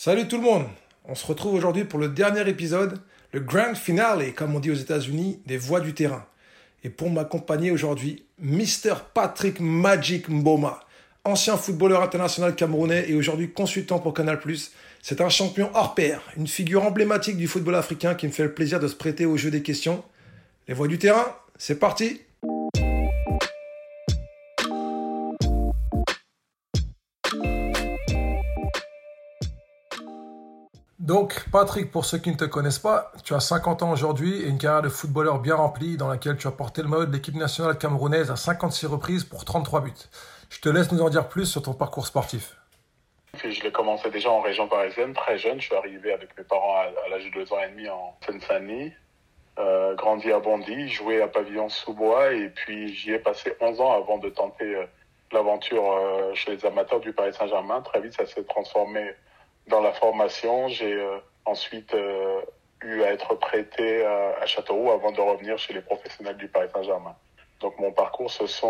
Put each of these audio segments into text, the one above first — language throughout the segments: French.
Salut tout le monde. On se retrouve aujourd'hui pour le dernier épisode, le grand finale, comme on dit aux États-Unis, des Voix du terrain. Et pour m'accompagner aujourd'hui, Mr. Patrick Magic Mboma, ancien footballeur international camerounais et aujourd'hui consultant pour Canal+. C'est un champion hors pair, une figure emblématique du football africain qui me fait le plaisir de se prêter au jeu des questions. Les Voix du terrain, c'est parti. Donc, Patrick, pour ceux qui ne te connaissent pas, tu as 50 ans aujourd'hui et une carrière de footballeur bien remplie dans laquelle tu as porté le maillot de l'équipe nationale camerounaise à 56 reprises pour 33 buts. Je te laisse nous en dire plus sur ton parcours sportif. Je l'ai commencé déjà en région parisienne, très jeune. Je suis arrivé avec mes parents à l'âge de 2 ans et demi en Seine-Saint-Denis. Grandi à Bondy, joué à Pavillon-sous-Bois et puis j'y ai passé 11 ans avant de tenter l'aventure chez les amateurs du Paris Saint-Germain. Très vite, ça s'est transformé dans la formation. J'ai ensuite eu à être prêté à Châteauroux avant de revenir chez les professionnels du Paris Saint-Germain. Donc mon parcours,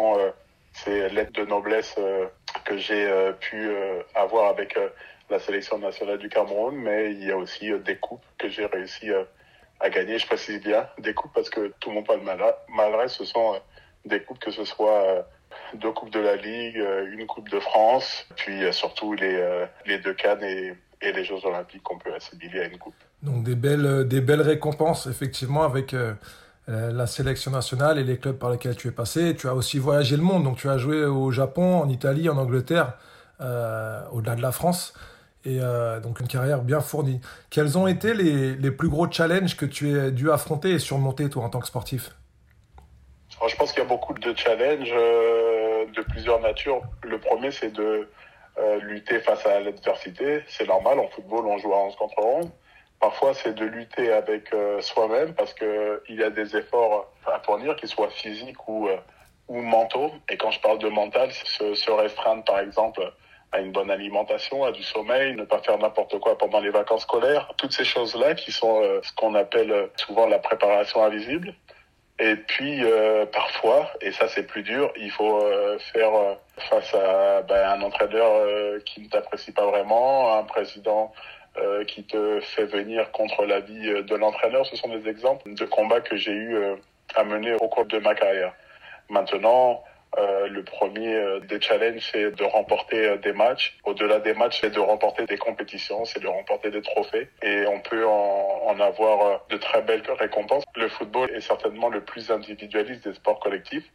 c'est l'aide de noblesse que j'ai pu avoir avec la sélection nationale du Cameroun, mais il y a aussi des coupes que j'ai réussi à gagner. Je précise bien des coupes parce que tout le monde parle malgré ce sont des coupes, que ce soit 2 coupes de la Ligue, une coupe de France, puis surtout les 2 CAN et les Jeux Olympiques qu'on peut assimiler à une coupe. Donc des belles récompenses effectivement avec la sélection nationale et les clubs par lesquels tu es passé. Tu as aussi voyagé le monde, donc tu as joué au Japon, en Italie, en Angleterre, au-delà de la France. Et donc une carrière bien fournie. Quels ont été les plus gros challenges que tu as dû affronter et surmonter toi en tant que sportif ? Alors, je pense qu'il y a beaucoup de challenges de plusieurs natures. Le premier, c'est de lutter face à l'adversité. C'est normal, en football, on joue à 11 contre 11. Parfois, c'est de lutter avec soi-même parce que il y a des efforts à fournir, qu'ils soient physiques ou mentaux. Et quand je parle de mental, se restreindre, par exemple, à une bonne alimentation, à du sommeil, ne pas faire n'importe quoi pendant les vacances scolaires. Toutes ces choses-là qui sont ce qu'on appelle souvent la préparation invisible. Et puis, parfois, et ça c'est plus dur, il faut faire face à un entraîneur qui ne t'apprécie pas vraiment, un président qui te fait venir contre l'avis de l'entraîneur. Ce sont des exemples de combats que j'ai eu à mener au cours de ma carrière. Maintenant, le premier des challenges, c'est de remporter des matchs. Au-delà des matchs, c'est de remporter des compétitions, c'est de remporter des trophées. Et on peut en avoir de très belles récompenses. Le football est certainement le plus individualiste des sports collectifs.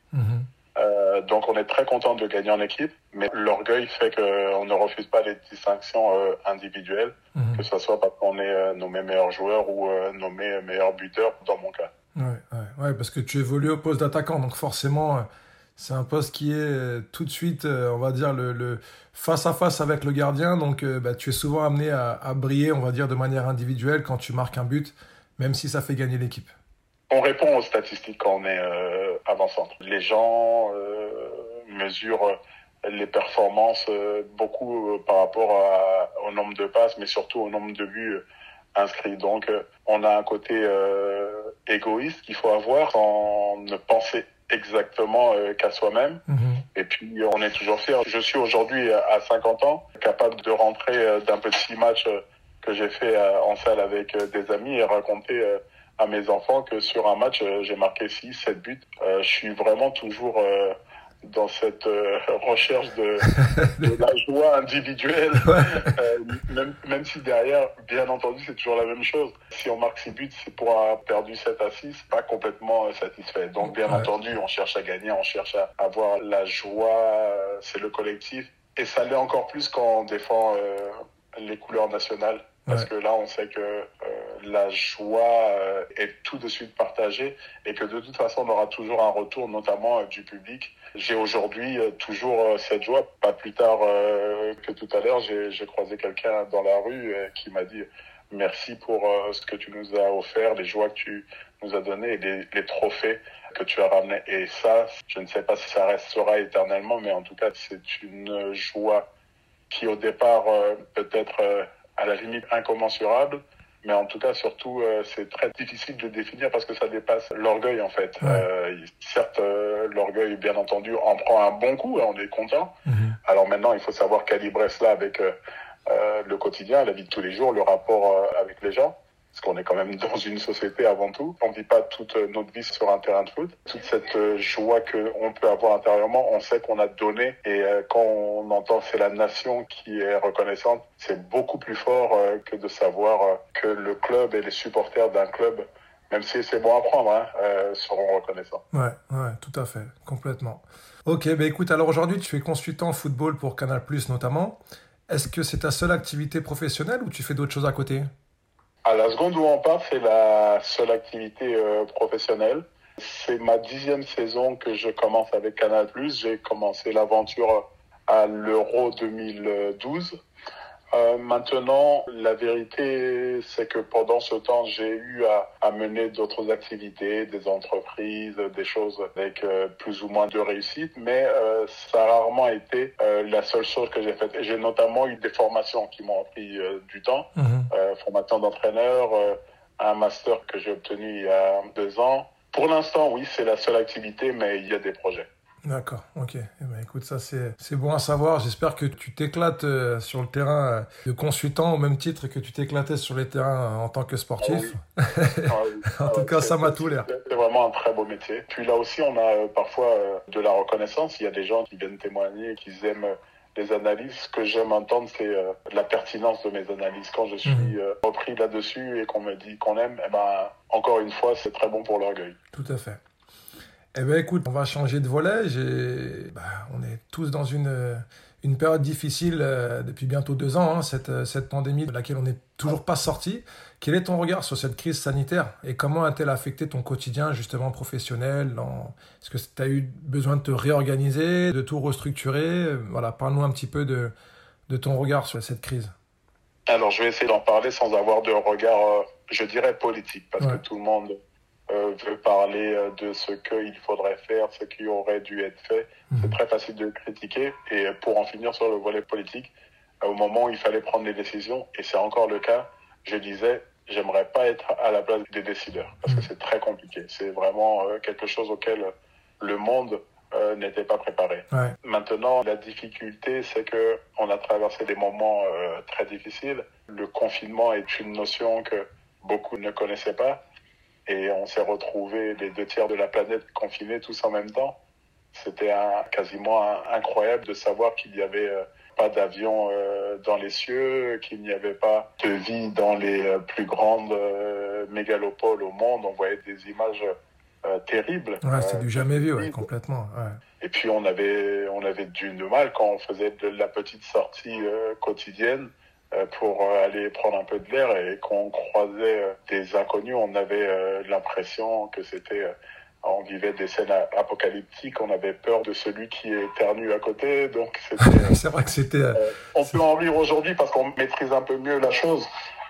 Donc on est très content de gagner en équipe, mais l'orgueil fait qu'on ne refuse pas les distinctions individuelles, que ce soit parce qu'on est nommé meilleur joueur ou nommé meilleur buteur, dans mon cas. Ouais, parce que tu évolues au poste d'attaquant, donc forcément... C'est un poste qui est tout de suite, on va dire, le face-à-face avec le gardien. Donc, tu es souvent amené à briller, on va dire, de manière individuelle quand tu marques un but, même si ça fait gagner l'équipe. On répond aux statistiques quand on est avant-centre. Les gens mesurent les performances beaucoup par rapport au nombre de passes, mais surtout au nombre de buts inscrits. Donc, on a un côté égoïste qu'il faut avoir sans ne penser exactement qu'à soi-même. Et puis on est toujours fiers. Je suis aujourd'hui à 50 ans capable de rentrer d'un petit match que j'ai fait en salle avec des amis et raconter à mes enfants que sur un match j'ai marqué 6-7 buts. Je suis vraiment toujours dans cette recherche de la joie individuelle, même si derrière, bien entendu, c'est toujours la même chose. Si on marque 6 buts, c'est pour avoir perdu 7-6, pas complètement satisfait. Donc, bien entendu, on cherche à gagner, on cherche à avoir la joie, c'est le collectif. Et ça l'est encore plus quand on défend les couleurs nationales. Parce que là, on sait que la joie est tout de suite partagée et que de toute façon, on aura toujours un retour, notamment du public. J'ai aujourd'hui toujours cette joie. Pas plus tard que tout à l'heure, j'ai croisé quelqu'un dans la rue qui m'a dit « Merci pour ce que tu nous as offert, les joies que tu nous as données et les trophées que tu as ramenés. » Et ça, je ne sais pas si ça restera éternellement, mais en tout cas, c'est une joie qui, au départ, peut-être... à la limite incommensurable, mais en tout cas, surtout, c'est très difficile de définir parce que ça dépasse l'orgueil, en fait. Certes, l'orgueil, bien entendu, en prend un bon coup, on est content. Alors maintenant, il faut savoir calibrer cela avec le quotidien, la vie de tous les jours, le rapport avec les gens. Parce qu'on est quand même dans une société avant tout. On ne vit pas toute notre vie sur un terrain de foot. Toute cette joie qu'on peut avoir intérieurement, on sait qu'on a donné. Et quand on entend que c'est la nation qui est reconnaissante, c'est beaucoup plus fort que de savoir que le club et les supporters d'un club, même si c'est bon à prendre, seront reconnaissants. Ouais, tout à fait, complètement. Ok, écoute, alors aujourd'hui, tu es consultant football pour Canal+, notamment. Est-ce que c'est ta seule activité professionnelle ou tu fais d'autres choses à côté ? À la seconde où on parle, c'est la seule activité professionnelle. C'est ma 10e saison que je commence avec Canal+. J'ai commencé l'aventure à l'Euro 2012. Maintenant, la vérité, c'est que pendant ce temps, j'ai eu à mener d'autres activités, des entreprises, des choses avec plus ou moins de réussite, mais ça a rarement été la seule chose que j'ai faite. J'ai notamment eu des formations qui m'ont pris du temps, formation d'entraîneur, un master que j'ai obtenu il y a 2 ans. Pour l'instant, oui, c'est la seule activité, mais il y a des projets. D'accord, ok. Écoute, ça c'est bon à savoir. J'espère que tu t'éclates sur le terrain de consultant au même titre que tu t'éclatais sur les terrains en tant que sportif. Ah oui. En tout cas, ça m'a tout l'air. C'est vraiment un très beau métier. Puis là aussi, on a parfois de la reconnaissance. Il y a des gens qui viennent témoigner, qui aiment les analyses. Ce que j'aime entendre, c'est la pertinence de mes analyses. Quand je suis repris là-dessus et qu'on me dit qu'on aime, encore une fois, c'est très bon pour l'orgueil. Tout à fait. Écoute, on va changer de volet. On est tous dans une période difficile depuis bientôt 2 ans, cette pandémie de laquelle on n'est toujours pas sorti. Quel est ton regard sur cette crise sanitaire et comment a-t-elle affecté ton quotidien justement professionnel Est-ce que tu as eu besoin de te réorganiser, de tout restructurer Voilà, parle-nous un petit peu de ton regard sur cette crise. Alors, je vais essayer d'en parler sans avoir de regard, je dirais, politique, parce que tout le monde veut parler de ce qu'il faudrait faire, ce qui aurait dû être fait. C'est très facile de critiquer. Et pour en finir sur le volet politique, au moment où il fallait prendre des décisions, et c'est encore le cas, je disais, j'aimerais pas être à la place des décideurs, parce que c'est très compliqué. C'est vraiment quelque chose auquel le monde n'était pas préparé. Ouais. Maintenant, la difficulté, c'est que on a traversé des moments très difficiles. Le confinement est une notion que beaucoup ne connaissaient pas. Et on s'est retrouvés, les 2 tiers de la planète, confinés tous en même temps. C'était quasiment incroyable de savoir qu'il n'y avait pas d'avion dans les cieux, qu'il n'y avait pas de vie dans les plus grandes mégalopoles au monde. On voyait des images terribles. Ouais, c'est du jamais vu, complètement. Ouais. Et puis on avait du mal quand on faisait de la petite sortie quotidienne pour aller prendre un peu de l'air, et quand on croisait des inconnus, on avait l'impression que on vivait des scènes apocalyptiques, on avait peur de celui qui éternue à côté, donc c'était... C'est vrai que c'était... on peut en rire aujourd'hui parce qu'on maîtrise un peu mieux la chose,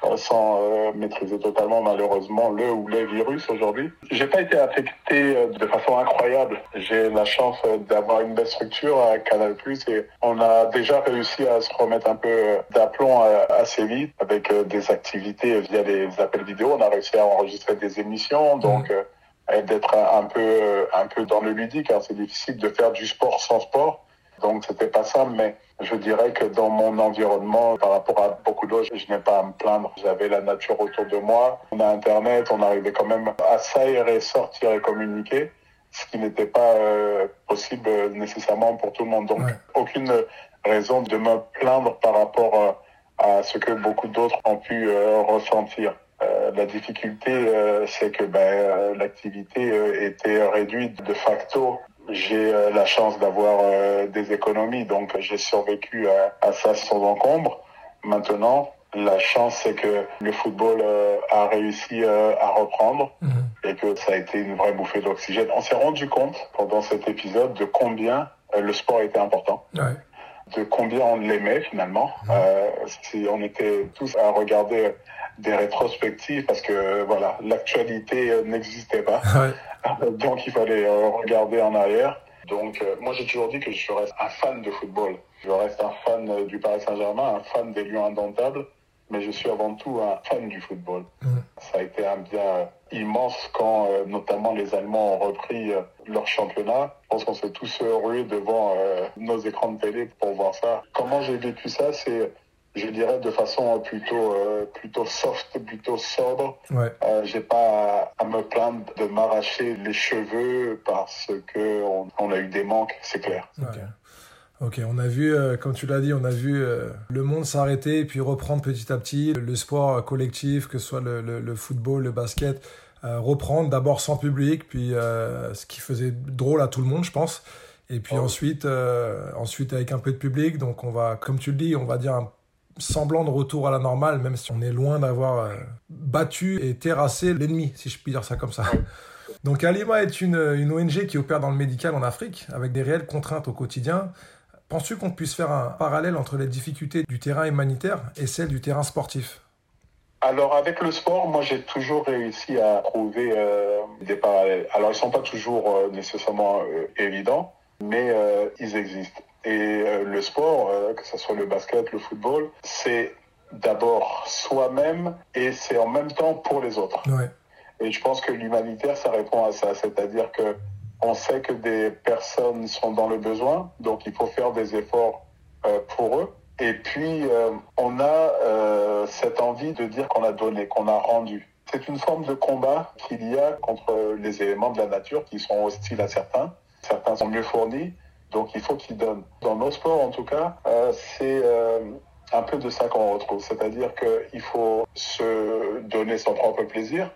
sans maîtriser totalement malheureusement le ou les virus aujourd'hui. J'ai pas été affecté de façon incroyable. J'ai la chance d'avoir une belle structure à Canal+, et on a déjà réussi à se remettre un peu d'aplomb assez vite avec des activités via les appels vidéo. On a réussi à enregistrer des émissions, donc d'être un peu dans le ludique. C'est difficile de faire du sport sans sport. Donc c'était pas ça, mais je dirais que dans mon environnement, par rapport à beaucoup d'autres, je n'ai pas à me plaindre. J'avais la nature autour de moi, on a Internet, on arrivait quand même à s'aérer, sortir et communiquer, ce qui n'était pas possible nécessairement pour tout le monde. Donc aucune raison de me plaindre par rapport à ce que beaucoup d'autres ont pu ressentir. La difficulté, c'est que l'activité était réduite de facto. J'ai la chance d'avoir des économies, donc j'ai survécu à ça sans encombre. Maintenant, la chance, c'est que le football a réussi à reprendre et que ça a été une vraie bouffée d'oxygène. On s'est rendu compte pendant cet épisode de combien le sport était important, de combien on l'aimait finalement. On était tous à regarder des rétrospectives parce que voilà, l'actualité n'existait pas. Donc il fallait regarder en arrière. Donc moi j'ai toujours dit que je reste un fan de football. Je reste un fan du Paris Saint-Germain, un fan des Lions indomptables, mais je suis avant tout un fan du football. Ça a été un bien immense quand notamment les Allemands ont repris leur championnat. Je pense qu'on s'est tous rués devant nos écrans de télé pour voir ça. Comment j'ai vécu ça, c'est je dirais de façon plutôt soft, plutôt sobre. Ouais. J'ai pas à me plaindre de m'arracher les cheveux parce que on a eu des manques, c'est clair. Okay. Ok, on a vu, comme tu l'as dit, on a vu le monde s'arrêter et puis reprendre petit à petit le sport collectif, que ce soit le football, le basket, reprendre d'abord sans public, puis ce qui faisait drôle à tout le monde, je pense. Et puis ensuite avec un peu de public, donc on va, comme tu le dis, on va dire un semblant de retour à la normale, même si on est loin d'avoir battu et terrassé l'ennemi, si je puis dire ça comme ça. Donc Alima est une ONG qui opère dans le médical en Afrique, avec des réelles contraintes au quotidien. Penses-tu qu'on puisse faire un parallèle entre les difficultés du terrain humanitaire et celles du terrain sportif ? Alors avec le sport, moi j'ai toujours réussi à trouver des parallèles. Alors ils sont pas toujours nécessairement évidents, mais ils existent. Et le sport, que ce soit le basket, le football, c'est d'abord soi-même et c'est en même temps pour les autres. Ouais. Et je pense que l'humanitaire, ça répond à ça, c'est-à-dire que on sait que des personnes sont dans le besoin, donc il faut faire des efforts pour eux. Et puis, on a cette envie de dire qu'on a donné, qu'on a rendu. C'est une forme de combat qu'il y a contre les éléments de la nature qui sont hostiles à certains. Certains sont mieux fournis, donc il faut qu'ils donnent. Dans nos sports, en tout cas, c'est un peu de ça qu'on retrouve. C'est-à-dire qu'il faut se donner son propre plaisir.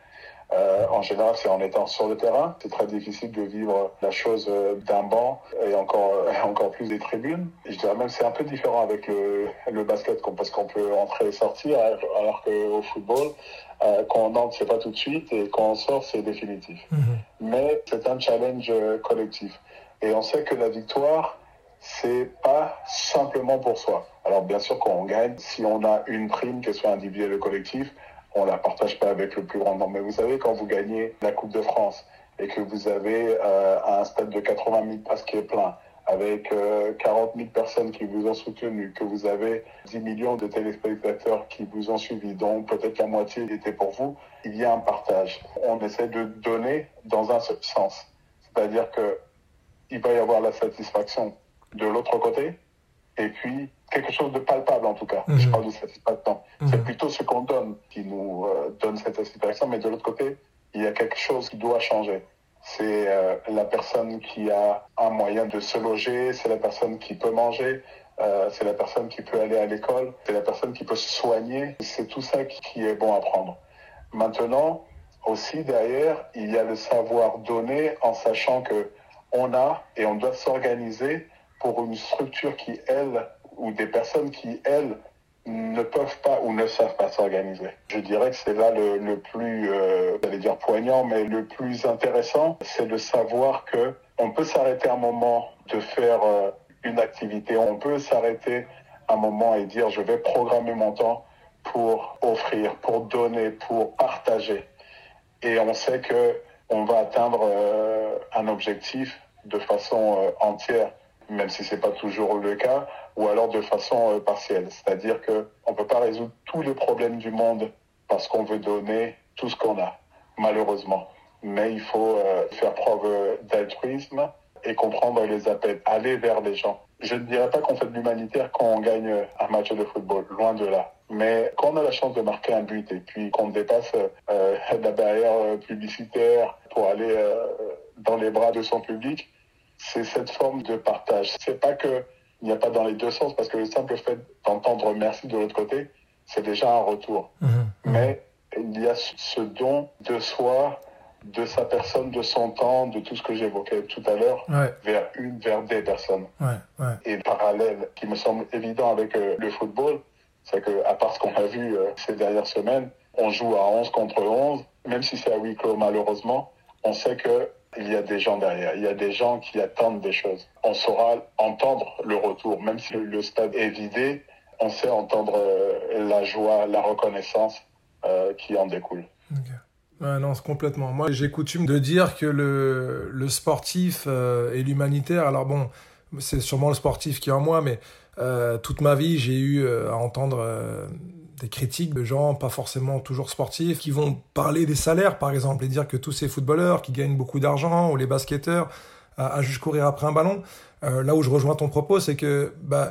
En général, c'est en étant sur le terrain. C'est très difficile de vivre la chose d'un banc et encore plus des tribunes. Je dirais même que c'est un peu différent avec le basket parce qu'on peut entrer et sortir, alors qu'au football, quand on entre, c'est pas tout de suite et quand on sort, c'est définitif. Mais c'est un challenge collectif. Et on sait que la victoire, c'est pas simplement pour soi. Alors bien sûr, quand on gagne, si on a une prime, qu'elle soit individuelle ou collective, on la partage pas avec le plus grand nombre. Mais vous savez, quand vous gagnez la Coupe de France et que vous avez un stade de 80 000 places qui est plein, avec 40 000 personnes qui vous ont soutenu, que vous avez 10 millions de téléspectateurs qui vous ont suivi, dont peut-être la moitié était pour vous, il y a un partage. On essaie de donner dans un seul sens. C'est-à-dire que il va y avoir la satisfaction de l'autre côté, et puis quelque chose de palpable en tout cas. Je parle de satisfaction. C'est plutôt ce qu'on donne qui nous donne cette satisfaction, mais de l'autre côté, il y a quelque chose qui doit changer. C'est la personne qui a un moyen de se loger, c'est la personne qui peut manger, c'est la personne qui peut aller à l'école, c'est la personne qui peut se soigner. C'est tout ça qui est bon à prendre. Maintenant, aussi derrière, il y a le savoir donner en sachant que on a et on doit s'organiser pour une structure qui, elle, ou des personnes qui, elles, ne peuvent pas ou ne savent pas s'organiser. Je dirais que c'est là le plus, j'allais dire poignant, mais le plus intéressant, c'est de savoir que on peut s'arrêter un moment de faire une activité, on peut s'arrêter un moment et dire je vais programmer mon temps pour offrir, pour donner, pour partager. Et on sait que on va atteindre un objectif de façon entière, même si c'est pas toujours le cas, ou alors de façon partielle. C'est-à-dire que on peut pas résoudre tous les problèmes du monde parce qu'on veut donner tout ce qu'on a, malheureusement. Mais il faut faire preuve d'altruisme et comprendre les appels, aller vers les gens. Je ne dirais pas qu'on fait de l'humanitaire quand on gagne un match de football, loin de là. Mais quand on a la chance de marquer un but et puis qu'on dépasse la barrière publicitaire pour aller dans les bras de son public, c'est cette forme de partage. C'est pas que il n'y a pas dans les deux sens, parce que le simple fait d'entendre merci de l'autre côté, c'est déjà un retour. Mais il y a ce don de soi, de sa personne, de son temps, de tout ce que j'évoquais tout à l'heure, vers des personnes. Et le parallèle qui me semble évident avec le football, c'est que, à part ce qu'on a vu ces dernières semaines, on joue à 11 contre 11, même si c'est à huis clos malheureusement, on sait que il y a des gens derrière, il y a des gens qui attendent des choses. On saura entendre le retour, même si le stade est vidé, on sait entendre la joie, la reconnaissance qui en découle. Ouais, non, c'est complètement. Moi, j'ai coutume de dire que le sportif et l'humanitaire, alors bon, c'est sûrement le sportif qui est en moi, mais toute ma vie, j'ai eu à entendre des critiques de gens pas forcément toujours sportifs qui vont parler des salaires, par exemple, et dire que tous ces footballeurs qui gagnent beaucoup d'argent ou les basketteurs à juste courir après un ballon, là où je rejoins ton propos, c'est que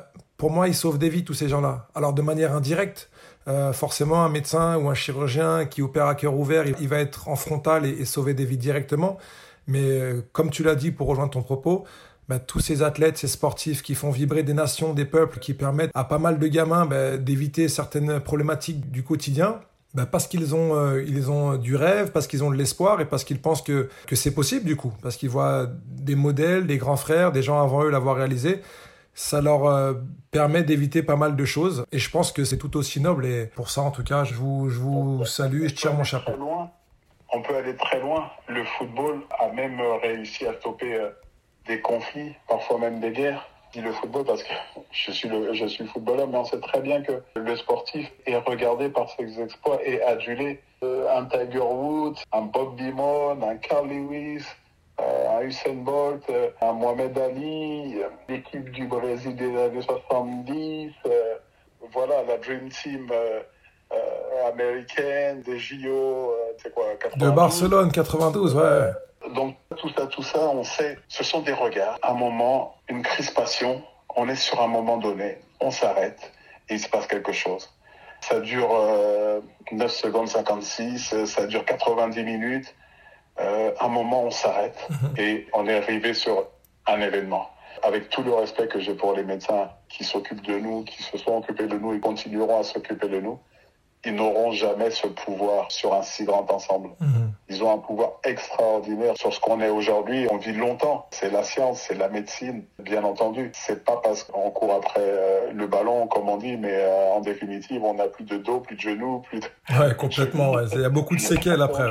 pour moi, ils sauvent des vies, tous ces gens-là. Alors, de manière indirecte, forcément, un médecin ou un chirurgien qui opère à cœur ouvert, il va être en frontal et sauver des vies directement. Mais comme tu l'as dit, pour rejoindre ton propos, tous ces athlètes, ces sportifs qui font vibrer des nations, des peuples, qui permettent à pas mal de gamins d'éviter certaines problématiques du quotidien, parce qu'ils ont du rêve, parce qu'ils ont de l'espoir et parce qu'ils pensent que c'est possible du coup, parce qu'ils voient des modèles, des grands frères, des gens avant eux l'avoir réalisé. Ça leur permet d'éviter pas mal de choses et je pense que c'est tout aussi noble et pour ça en tout cas je vous salue et je tire mon chapeau. On peut aller très loin. Le football a même réussi à stopper des conflits, parfois même des guerres. Je dis le football parce que je suis footballeur, mais on sait très bien que le sportif est regardé par ses exploits et adulé. Un Tiger Woods, un Bob Beamon, un Carl Lewis, un Usain Bolt, un Mohamed Ali, l'équipe du Brésil des années 70, voilà, la Dream Team américaine, des JO, c'est quoi, 92. De Barcelone, 92, ouais. Donc tout ça, on sait, ce sont des regards, un moment, une crispation, on est sur un moment donné, on s'arrête et il se passe quelque chose. Ça dure 9 secondes 56, ça dure 90 minutes, un moment on s'arrête et on est arrivé sur un événement. Avec tout le respect que j'ai pour les médecins qui s'occupent de nous, qui se sont occupés de nous et continueront à s'occuper de nous, ils n'auront jamais ce pouvoir sur un si grand ensemble. Ils ont un pouvoir extraordinaire sur ce qu'on est aujourd'hui. On vit longtemps. C'est la science, c'est la médecine, bien entendu. C'est pas parce qu'on court après le ballon, comme on dit, mais en définitive, on n'a plus de dos, plus de genoux, plus de... Ouais, complètement. Ouais. Il y a beaucoup de séquelles après.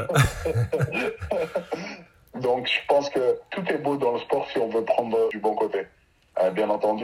Donc, je pense que tout est beau dans le sport si on veut prendre du bon côté. Bien entendu,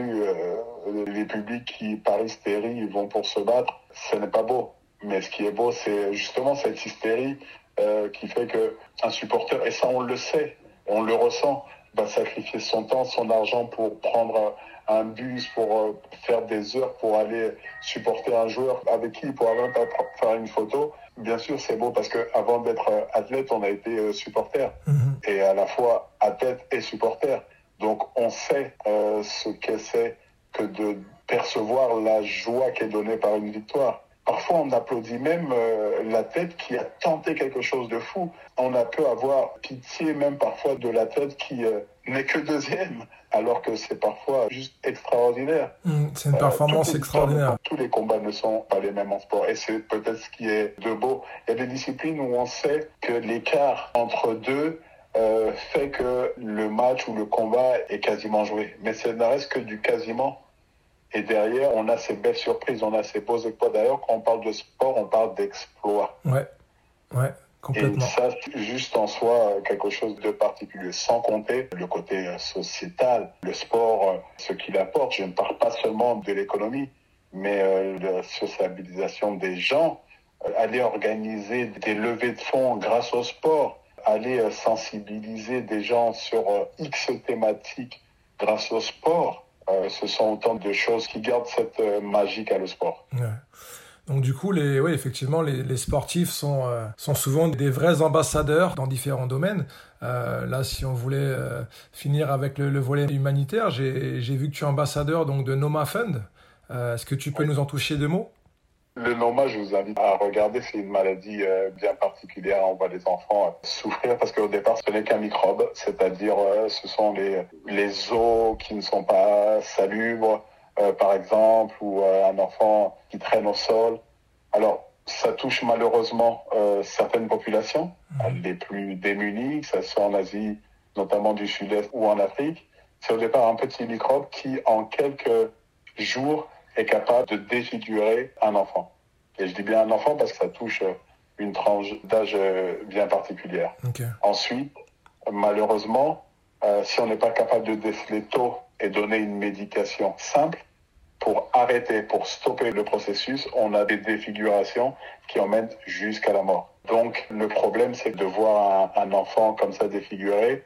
les publics qui, par hystérie, vont pour se battre, ce n'est pas beau. Mais ce qui est beau, c'est justement cette hystérie qui fait qu'un supporter, et ça on le sait, on le ressent, va sacrifier son temps, son argent pour prendre un bus, pour faire des heures pour aller supporter un joueur avec qui il pourra même pas faire une photo. Bien sûr, c'est beau parce qu'avant d'être athlète, on a été supporter. Et à la fois athlète et supporter. Donc on sait ce que c'est que de percevoir la joie qui est donnée par une victoire. Parfois, on applaudit même l'athlète qui a tenté quelque chose de fou. On a pu avoir pitié même parfois de l'athlète qui n'est que deuxième, alors que c'est parfois juste extraordinaire. C'est une performance extraordinaire. Tous les combats ne sont pas les mêmes en sport. Et c'est peut-être ce qui est de beau. Il y a des disciplines où on sait que l'écart entre deux fait que le match ou le combat est quasiment joué. Mais ça ne reste que du quasiment. Et derrière, on a ces belles surprises, on a ces beaux exploits. D'ailleurs, quand on parle de sport, on parle d'exploit. Ouais, complètement. Et ça, c'est juste en soi quelque chose de particulier. Sans compter le côté sociétal, le sport, ce qu'il apporte. Je ne parle pas seulement de l'économie, mais la sociabilisation des gens, aller organiser des levées de fonds grâce au sport, aller sensibiliser des gens sur X thématiques grâce au sport. Ce sont autant de choses qui gardent cette magie qu'a le sport. Ouais. Donc du coup, effectivement, les sportifs sont souvent des vrais ambassadeurs dans différents domaines. Là, si on voulait finir avec le volet humanitaire, j'ai vu que tu es ambassadeur donc, de Noma Fund. Est-ce que tu peux nous en toucher deux mots ? Le Noma, je vous invite à regarder, c'est une maladie bien particulière. On voit les enfants souffrir parce qu'au départ, ce n'est qu'un microbe, c'est-à-dire ce sont les eaux qui ne sont pas salubres, par exemple, ou un enfant qui traîne au sol. Alors, ça touche malheureusement certaines populations, les plus démunies, que ce soit en Asie, notamment du Sud-Est ou en Afrique. C'est au départ un petit microbe qui, en quelques jours, est capable de défigurer un enfant. Et je dis bien un enfant parce que ça touche une tranche d'âge bien particulière. Okay. Ensuite, malheureusement, si on n'est pas capable de déceler tôt et donner une médication simple pour arrêter, pour stopper le processus, on a des défigurations qui emmènent jusqu'à la mort. Donc, le problème, c'est de voir un enfant comme ça défiguré.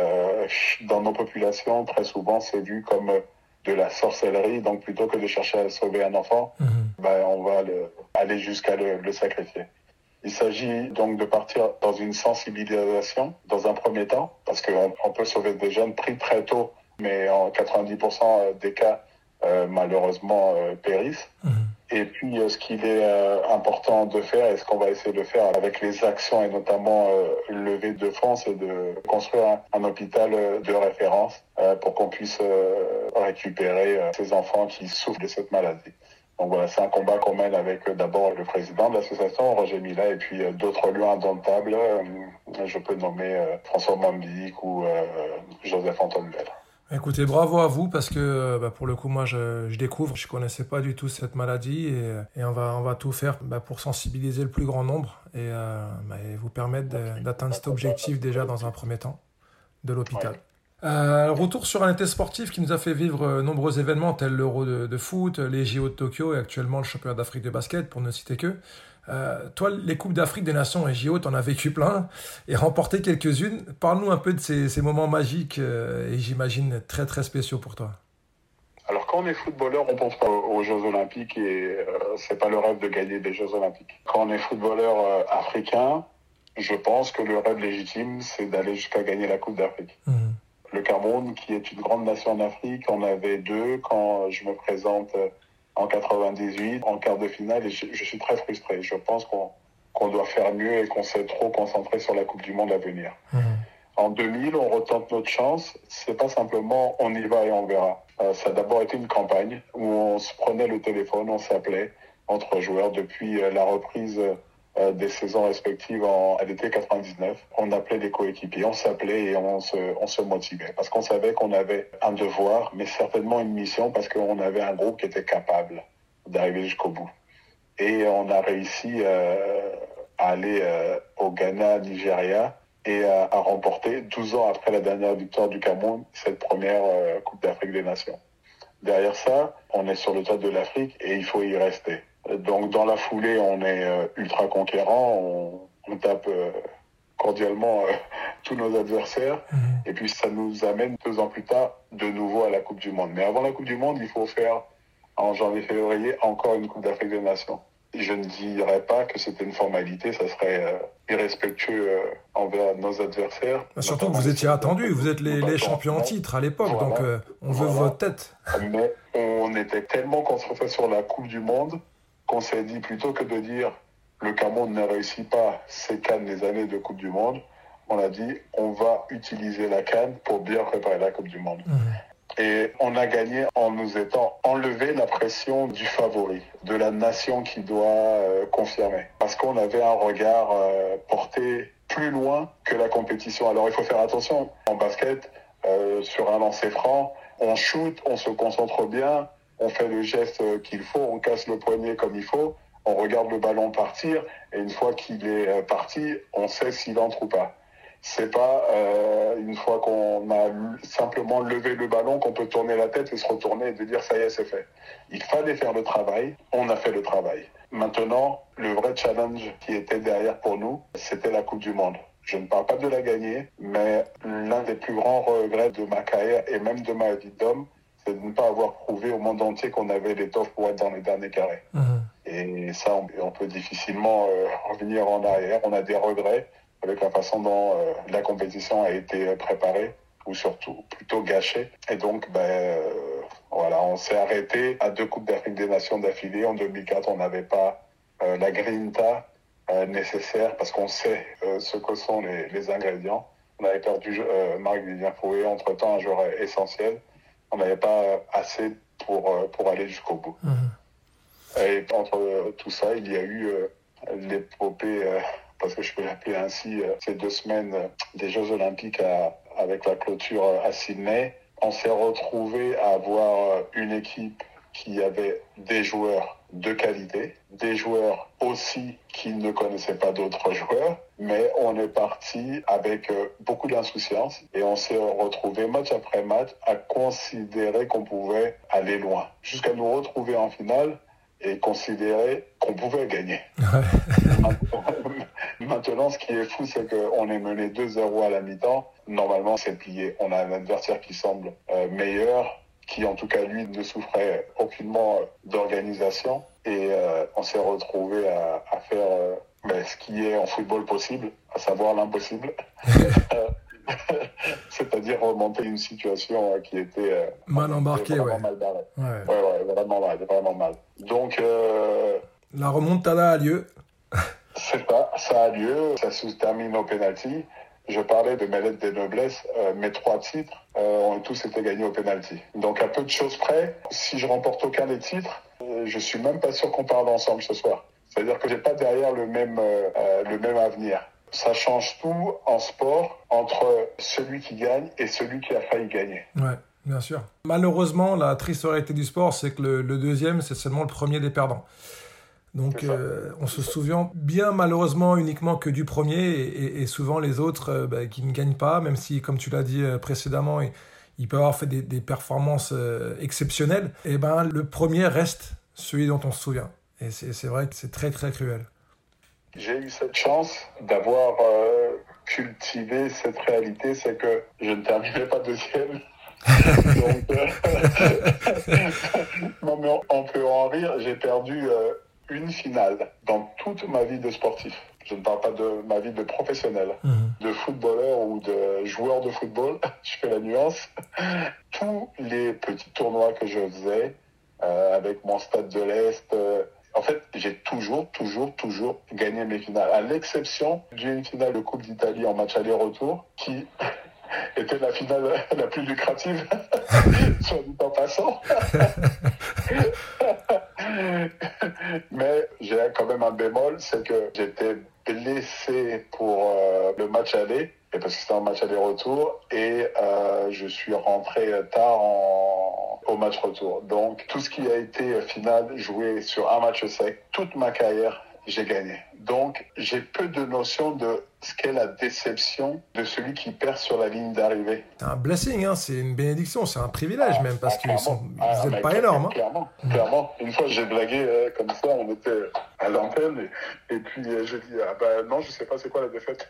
Dans nos populations, très souvent, c'est vu comme de la sorcellerie, donc plutôt que de chercher à sauver un enfant, on va aller jusqu'à le sacrifier. Il s'agit donc de partir dans une sensibilisation dans un premier temps, parce qu'on peut sauver des jeunes pris très tôt, mais en 90% des cas, malheureusement périssent. Et puis, ce qu'il est important de faire, et ce qu'on va essayer de faire avec les actions, et notamment levée de fonds, c'est de construire un hôpital de référence pour qu'on puisse récupérer ces enfants qui souffrent de cette maladie. Donc voilà, c'est un combat qu'on mène avec d'abord le président de l'association, Roger Mila, et puis d'autres lieux indomptables. Je peux nommer François Mambic ou Joseph Antoine Bell. Écoutez, bravo à vous parce que pour le coup, moi, je découvre, je connaissais pas du tout cette maladie et on va tout faire pour sensibiliser le plus grand nombre et vous permettre d'atteindre cet objectif déjà dans un premier temps de l'hôpital. Ouais. Retour sur un été sportif qui nous a fait vivre nombreux événements tels l'Euro de foot, les JO de Tokyo et actuellement le championnat d'Afrique de basket, pour ne citer que. Toi, les Coupes d'Afrique des Nations et JO, t'en as vécu plein et remporté quelques-unes. Parle-nous un peu de ces moments magiques et j'imagine très très spéciaux pour toi. Alors quand on est footballeur, on pense pas aux Jeux Olympiques et c'est pas le rêve de gagner des Jeux Olympiques. Quand on est footballeur africain, je pense que le rêve légitime, c'est d'aller jusqu'à gagner la Coupe d'Afrique. Le Cameroun, qui est une grande nation en Afrique, on avait 2 quand je me présente en 98, en quart de finale, et je suis très frustré. Je pense qu'on doit faire mieux et qu'on s'est trop concentré sur la Coupe du Monde à venir. En 2000, on retente notre chance. C'est pas simplement on y va et on verra. Ça a d'abord été une campagne où on se prenait le téléphone, on s'appelait entre joueurs depuis la reprise des saisons respectives à l'été 99. On appelait les coéquipiers, on s'appelait et on se motivait parce qu'on savait qu'on avait un devoir, mais certainement une mission parce qu'on avait un groupe qui était capable d'arriver jusqu'au bout. Et on a réussi à aller au Ghana, Nigeria et à remporter, 12 ans après la dernière victoire du Cameroun, cette première Coupe d'Afrique des Nations. Derrière ça, on est sur le top de l'Afrique et il faut y rester. Donc dans la foulée, on est ultra conquérant, on tape cordialement tous nos adversaires et puis ça nous amène 2 ans plus tard de nouveau à la Coupe du Monde. Mais avant la Coupe du Monde, il faut faire en janvier-février encore une Coupe d'Afrique des Nations. Je ne dirais pas que c'était une formalité, ça serait irrespectueux envers nos adversaires. Surtout que vous étiez attendus, vous êtes les champions en titre à l'époque, voilà. Donc on veut votre tête. Mais on était tellement concentrés sur la Coupe du Monde qu'on s'est dit, plutôt que de dire le Cameroun ne réussit pas ses CAN des années de Coupe du Monde, on a dit on va utiliser la CAN pour bien préparer la Coupe du Monde. Et on a gagné en nous étant enlevé la pression du favori, de la nation qui doit confirmer. Parce qu'on avait un regard porté plus loin que la compétition. Alors il faut faire attention, en basket, sur un lancer franc, on shoot, on se concentre bien, on fait le geste qu'il faut, on casse le poignet comme il faut, on regarde le ballon partir, et une fois qu'il est parti, on sait s'il entre ou pas. C'est pas une fois qu'on a simplement levé le ballon qu'on peut tourner la tête et se retourner et de dire ça y est, c'est fait. Il fallait faire le travail, on a fait le travail. Maintenant, le vrai challenge qui était derrière pour nous, c'était la Coupe du Monde. Je ne parle pas de la gagner, mais l'un des plus grands regrets de ma carrière et même de ma vie d'homme, c'est de ne pas avoir prouvé au monde entier qu'on avait l'étoffe pour être dans les derniers carrés. Et ça, on peut difficilement revenir en arrière. On a des regrets avec la façon dont la compétition a été préparée, ou surtout plutôt gâchée. Et donc, voilà, on s'est arrêté à 2 Coupes d'Afrique des Nations d'affilée. En 2004, on n'avait pas la grinta nécessaire, parce qu'on sait ce que sont les ingrédients. On avait perdu Marc-Vivien Fouet, entre-temps un joueur essentiel. On n'avait pas assez pour aller jusqu'au bout. Et entre tout ça, il y a eu l'épopée... parce que je peux l'appeler ainsi, ces 2 semaines des Jeux Olympiques avec la clôture à Sydney, on s'est retrouvé à avoir une équipe qui avait des joueurs de qualité, des joueurs aussi qui ne connaissaient pas d'autres joueurs, mais on est parti avec beaucoup d'insouciance et on s'est retrouvé match après match à considérer qu'on pouvait aller loin, jusqu'à nous retrouver en finale et considérer qu'on pouvait gagner. Maintenant, ce qui est fou, c'est qu'on est mené 2-0 à la mi-temps. Normalement, c'est plié. On a un adversaire qui semble meilleur, qui en tout cas, lui, ne souffrait aucunement d'organisation. Et on s'est retrouvé à faire ce qui est en football possible, à savoir l'impossible. C'est-à-dire remonter une situation qui était mal embarquée, vraiment ouais. mal barrée. Ouais. Ouais, vraiment mal. Donc, La remontada a lieu. ça a lieu, ça se termine au penalty. Je parlais de mes lettres de noblesse, mes 3 titres ont tous été gagnés au penalty. Donc à peu de choses près, si je remporte aucun des titres, je suis même pas sûr qu'on parle ensemble ce soir. C'est-à-dire que j'ai pas derrière le même avenir. Ça change tout en sport entre celui qui gagne et celui qui a failli gagner. Ouais, bien sûr. Malheureusement, la triste réalité du sport, c'est que le deuxième, c'est seulement le premier des perdants. Donc on se souvient bien malheureusement uniquement que du premier et souvent les autres qui ne gagnent pas, même si, comme tu l'as dit précédemment, ils peuvent avoir fait des performances exceptionnelles, et ben le premier reste celui dont on se souvient. Et c'est vrai que c'est très très cruel. J'ai eu cette chance d'avoir cultivé cette réalité, c'est que je ne terminais pas deuxième. Donc, non mais on peut en rire, j'ai perdu une finale dans toute ma vie de sportif. Je ne parle pas de ma vie de professionnel, de footballeur ou de joueur de football, je fais la nuance. Tous les petits tournois que je faisais avec mon Stade de l'Est, en fait, j'ai toujours gagné mes finales, à l'exception d'une finale de Coupe d'Italie en match aller-retour qui était la finale la plus lucrative, soit dit en passant. Mais j'ai quand même un bémol, c'est que j'étais blessé pour le match aller, et parce que c'était un match aller-retour, et je suis rentré tard au match retour. Donc tout ce qui a été finale joué sur un match sec, toute ma carrière, j'ai gagné. Donc j'ai peu de notion de ce qu'est la déception de celui qui perd sur la ligne d'arrivée. C'est un blessing, hein, c'est une bénédiction, c'est un privilège même, parce que vous n'êtes pas énormes. Hein. Clairement. Une fois, j'ai blagué comme ça, on était à l'antenne, et puis je dis, non, je sais pas c'est quoi la défaite.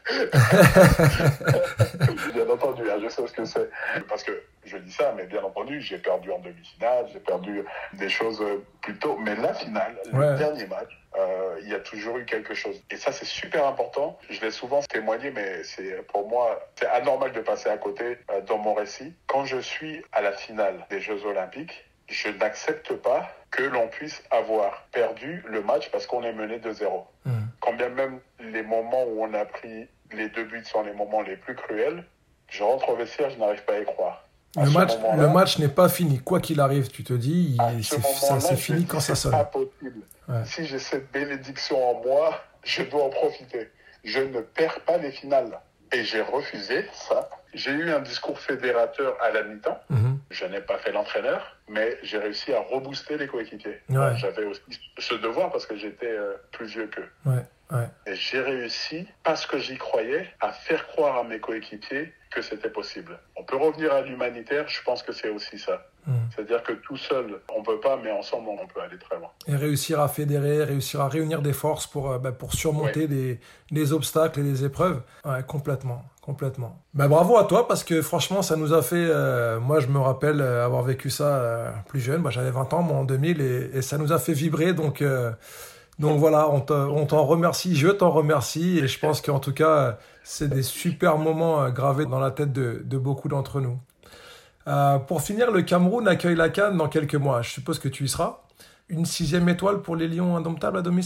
Bien entendu, je sais ce que c'est. Parce que je dis ça, mais bien entendu, j'ai perdu en demi-finale, j'ai perdu des choses plus tôt, mais la finale, le dernier match, il y a toujours eu quelque chose. Et ça, c'est super important. Je l'ai souvent témoigné, mais pour moi, c'est anormal de passer à côté dans mon récit. Quand je suis à la finale des Jeux Olympiques, je n'accepte pas que l'on puisse avoir perdu le match parce qu'on est mené 2-0. Quand bien même les moments où on a pris les 2 buts sont les moments les plus cruels, je rentre au vestiaire, je n'arrive pas à y croire. Le match n'est pas fini. Quoi qu'il arrive, tu te dis, c'est fini quand ça sonne. C'est pas possible. Ouais. Si j'ai cette bénédiction en moi, je dois en profiter. Je ne perds pas les finales. Et j'ai refusé ça. J'ai eu un discours fédérateur à la mi-temps. Je n'ai pas fait l'entraîneur, mais j'ai réussi à rebooster les coéquipiers. Ouais. J'avais aussi ce devoir parce que j'étais plus vieux qu'eux. Ouais. Et j'ai réussi, parce que j'y croyais, à faire croire à mes coéquipiers que c'était possible. On peut revenir à l'humanitaire, je pense que c'est aussi ça. C'est-à-dire que tout seul, on ne peut pas, mais ensemble, on peut aller très loin. Et réussir à fédérer, réussir à réunir des forces pour surmonter des obstacles et des épreuves. Ouais, complètement. Bravo à toi, parce que franchement, ça nous a fait... moi, je me rappelle avoir vécu ça plus jeune. J'avais 20 ans, moi, en 2000, et ça nous a fait vibrer, donc voilà, on t'en remercie, je t'en remercie, et je pense qu'en tout cas, c'est des super moments gravés dans la tête de beaucoup d'entre nous. Pour finir, le Cameroun accueille la CAN dans quelques mois. Je suppose que tu y seras. Une 6e étoile pour les Lions indomptables à domicile ?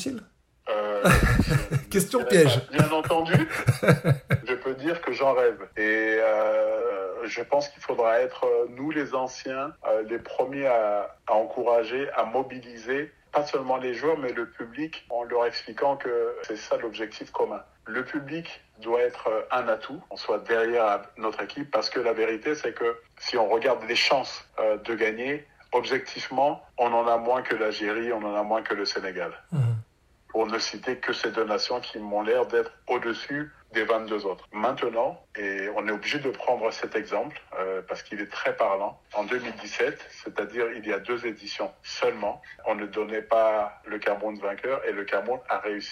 Question piège. Bien entendu, je peux dire que j'en rêve. Et je pense qu'il faudra être, nous les anciens, les premiers à encourager, à mobiliser, pas seulement les joueurs, mais le public, en leur expliquant que c'est ça l'objectif commun. Le public doit être un atout, on soit derrière notre équipe, parce que la vérité, c'est que si on regarde les chances de gagner, objectivement, on en a moins que l'Algérie, on en a moins que le Sénégal. Pour ne citer que ces 2 nations qui m'ont l'air d'être au-dessus des 22 autres. Maintenant, et on est obligé de prendre cet exemple parce qu'il est très parlant, en 2017, c'est-à-dire il y a 2 éditions seulement, on ne donnait pas le Cameroun vainqueur et le Cameroun a réussi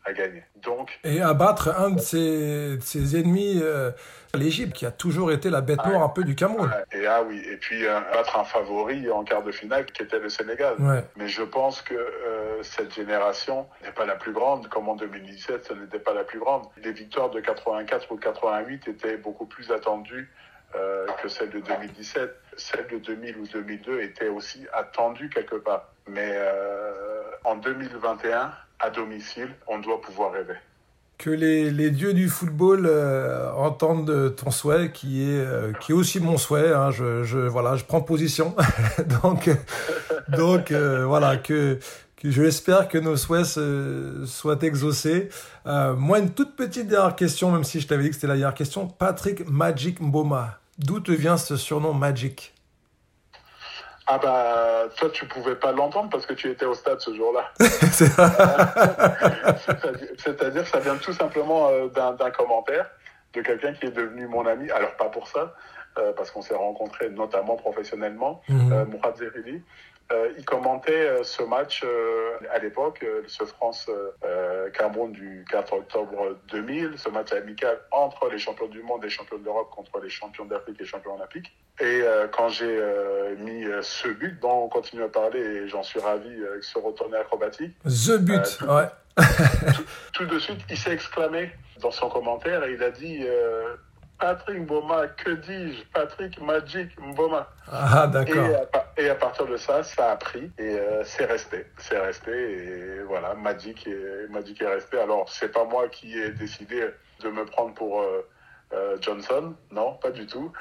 à gagner. Donc, et abattre un de ses ennemis, l'Égypte, qui a toujours été la bête noire un peu du Cameroun. Et puis battre un favori en quart de finale qui était le Sénégal. Ouais. Mais je pense que cette génération n'est pas la plus grande, comme en 2017, ce n'était pas la plus grande. Les victoires de 84 ou 88 étaient beaucoup plus attendues que celle de 2017. Celle de 2000 ou 2002 était aussi attendue quelque part. Mais en 2021, à domicile, on doit pouvoir rêver. Que les dieux du football entendent ton souhait, qui est aussi mon souhait. Hein. Je prends position. donc voilà, que je l'espère que nos souhaits soient exaucés. Moi, une toute petite dernière question, même si je t'avais dit que c'était la dernière question. Patrick Magic Mboma, d'où te vient ce surnom Magic? Ah bah, toi, tu pouvais pas l'entendre parce que tu étais au stade ce jour-là. C'est-à-dire que ça vient tout simplement d'un commentaire de quelqu'un qui est devenu mon ami. Alors, pas pour ça, parce qu'on s'est rencontrés notamment professionnellement, Mourad Zerili. Il commentait ce match à l'époque, ce France-Cameroun du 4 octobre 2000, ce match amical entre les champions du monde et les champions d'Europe contre les champions d'Afrique et les champions olympiques. Et quand j'ai mis ce but, dont on continue à parler et j'en suis ravi avec ce retourné acrobatique. The but, ouais. Tout de suite, il s'est exclamé dans son commentaire et il a dit Patrick Mboma, que dis-je? Patrick Magic Mboma. Ah, d'accord. Et à partir de ça, ça a pris et c'est resté. C'est resté et voilà, Magic est resté. Alors, c'est pas moi qui ai décidé de me prendre pour Johnson, non, pas du tout.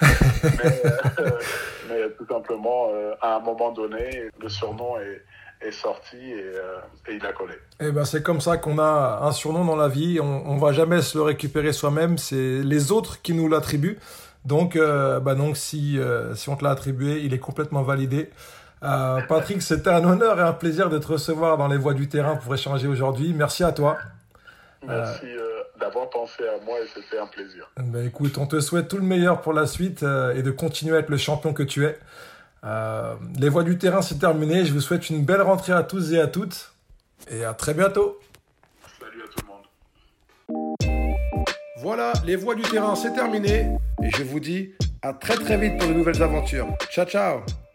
mais tout simplement, à un moment donné, le surnom est sorti et il a collé. Et ben c'est comme ça qu'on a un surnom dans la vie. On va jamais se le récupérer soi-même. C'est les autres qui nous l'attribuent. Donc si on te l'a attribué, il est complètement validé. Patrick, c'était un honneur et un plaisir de te recevoir dans les Voix du Terrain pour échanger aujourd'hui. Merci à toi. Merci d'avoir pensé à moi et c'était un plaisir. Ben écoute, on te souhaite tout le meilleur pour la suite et de continuer à être le champion que tu es. Les Voix du Terrain, c'est terminé. Je vous souhaite une belle rentrée à tous et à toutes. Et à très bientôt. Salut à tout le monde. Voilà, les Voix du Terrain, c'est terminé. Et je vous dis à très très vite pour de nouvelles aventures. Ciao, ciao.